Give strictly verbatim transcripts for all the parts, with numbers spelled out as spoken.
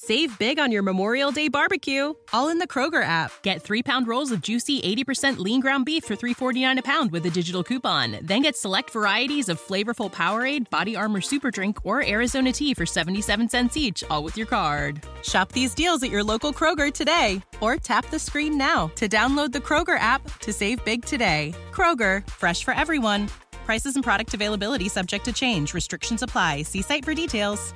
Save big on your Memorial Day barbecue, all in the Kroger app. Get three-pound rolls of juicy eighty percent lean ground beef for three forty-nine a pound with a digital coupon. Then get select varieties of flavorful Powerade, Body Armor Super Drink, or Arizona tea for seventy-seven cents each, all with your card. Shop these deals at your local Kroger today, or tap the screen now to download the Kroger app to save big today. Kroger, fresh for everyone. Prices and product availability subject to change. Restrictions apply. See site for details.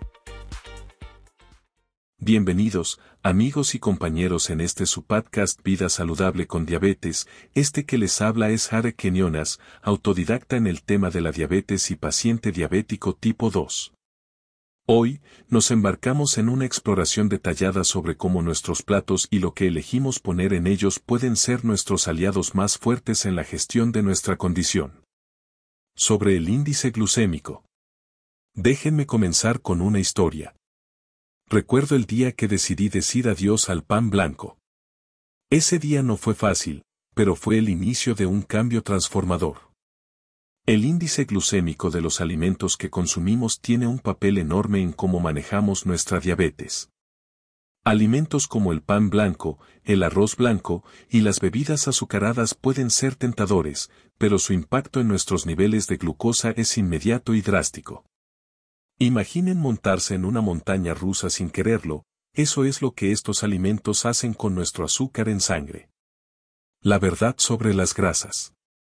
Bienvenidos, amigos y compañeros en este su podcast Vida Saludable con Diabetes. Este que les habla es Jare Quinones, autodidacta en el tema de la diabetes y paciente diabético tipo dos. Hoy, nos embarcamos en una exploración detallada sobre cómo nuestros platos y lo que elegimos poner en ellos pueden ser nuestros aliados más fuertes en la gestión de nuestra condición. Sobre el índice glucémico. Déjenme comenzar con una historia. Recuerdo el día que decidí decir adiós al pan blanco. Ese día no fue fácil, pero fue el inicio de un cambio transformador. El índice glucémico de los alimentos que consumimos tiene un papel enorme en cómo manejamos nuestra diabetes. Alimentos como el pan blanco, el arroz blanco y las bebidas azucaradas pueden ser tentadores, pero su impacto en nuestros niveles de glucosa es inmediato y drástico. Imaginen montarse en una montaña rusa sin quererlo, eso es lo que estos alimentos hacen con nuestro azúcar en sangre. La verdad sobre las grasas.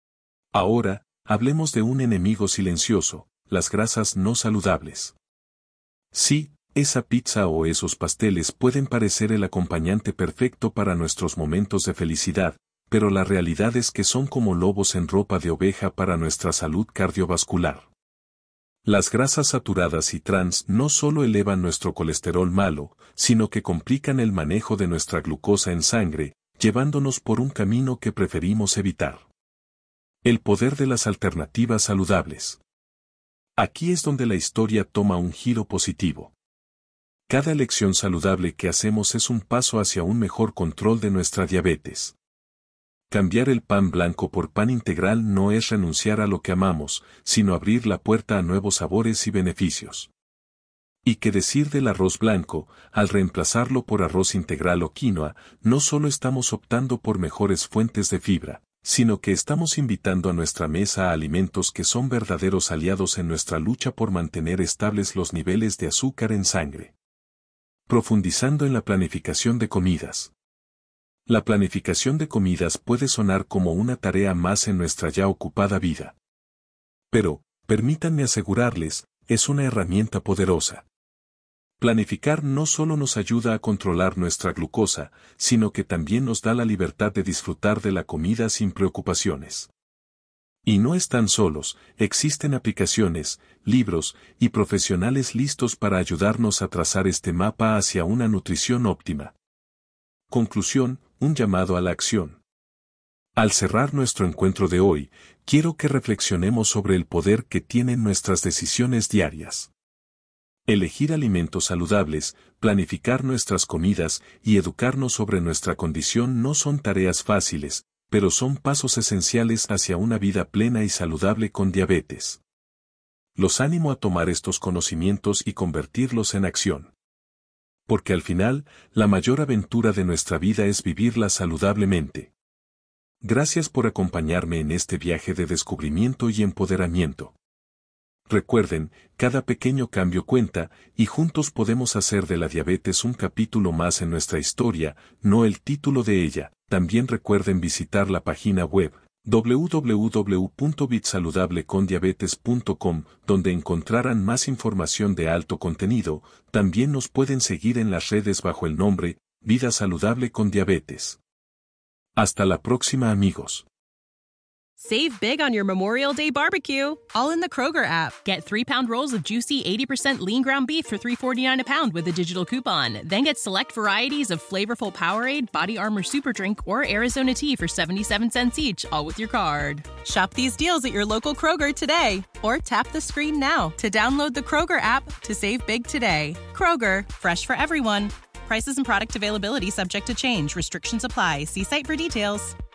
Ahora, hablemos de un enemigo silencioso, las grasas no saludables. Sí, esa pizza o esos pasteles pueden parecer el acompañante perfecto para nuestros momentos de felicidad, pero la realidad es que son como lobos en ropa de oveja para nuestra salud cardiovascular. Las grasas saturadas y trans no solo elevan nuestro colesterol malo, sino que complican el manejo de nuestra glucosa en sangre, llevándonos por un camino que preferimos evitar. El poder de las alternativas saludables. Aquí es donde la historia toma un giro positivo. Cada elección saludable que hacemos es un paso hacia un mejor control de nuestra diabetes. Cambiar el pan blanco por pan integral no es renunciar a lo que amamos, sino abrir la puerta a nuevos sabores y beneficios. ¿Y qué decir del arroz blanco? Al reemplazarlo por arroz integral o quinoa, no solo estamos optando por mejores fuentes de fibra, sino que estamos invitando a nuestra mesa a alimentos que son verdaderos aliados en nuestra lucha por mantener estables los niveles de azúcar en sangre. Profundizando en la planificación de comidas. La planificación de comidas puede sonar como una tarea más en nuestra ya ocupada vida. Pero, permítanme asegurarles, es una herramienta poderosa. Planificar no solo nos ayuda a controlar nuestra glucosa, sino que también nos da la libertad de disfrutar de la comida sin preocupaciones. Y no están solos, existen aplicaciones, libros y profesionales listos para ayudarnos a trazar este mapa hacia una nutrición óptima. Conclusión, un llamado a la acción. Al cerrar nuestro encuentro de hoy, quiero que reflexionemos sobre el poder que tienen nuestras decisiones diarias. Elegir alimentos saludables, planificar nuestras comidas y educarnos sobre nuestra condición no son tareas fáciles, pero son pasos esenciales hacia una vida plena y saludable con diabetes. Los animo a tomar estos conocimientos y convertirlos en acción. Porque al final, la mayor aventura de nuestra vida es vivirla saludablemente. Gracias por acompañarme en este viaje de descubrimiento y empoderamiento. Recuerden, cada pequeño cambio cuenta, y juntos podemos hacer de la diabetes un capítulo más en nuestra historia, no el título de ella. También recuerden visitar la página web doble u doble u doble u punto bit saludable con diabetes punto com, donde encontrarán más información de alto contenido. También nos pueden seguir en las redes bajo el nombre Vida Saludable con Diabetes. Hasta la próxima, amigos. Save big on your Memorial Day barbecue, all in the Kroger app. Get three-pound rolls of juicy eighty percent lean ground beef for three forty-nine a pound with a digital coupon. Then get select varieties of flavorful Powerade, Body Armor Super Drink, or Arizona tea for seventy-seven cents each, all with your card. Shop these deals at your local Kroger today, or tap the screen now to download the Kroger app to save big today. Kroger, fresh for everyone. Prices and product availability subject to change. Restrictions apply. See site for details.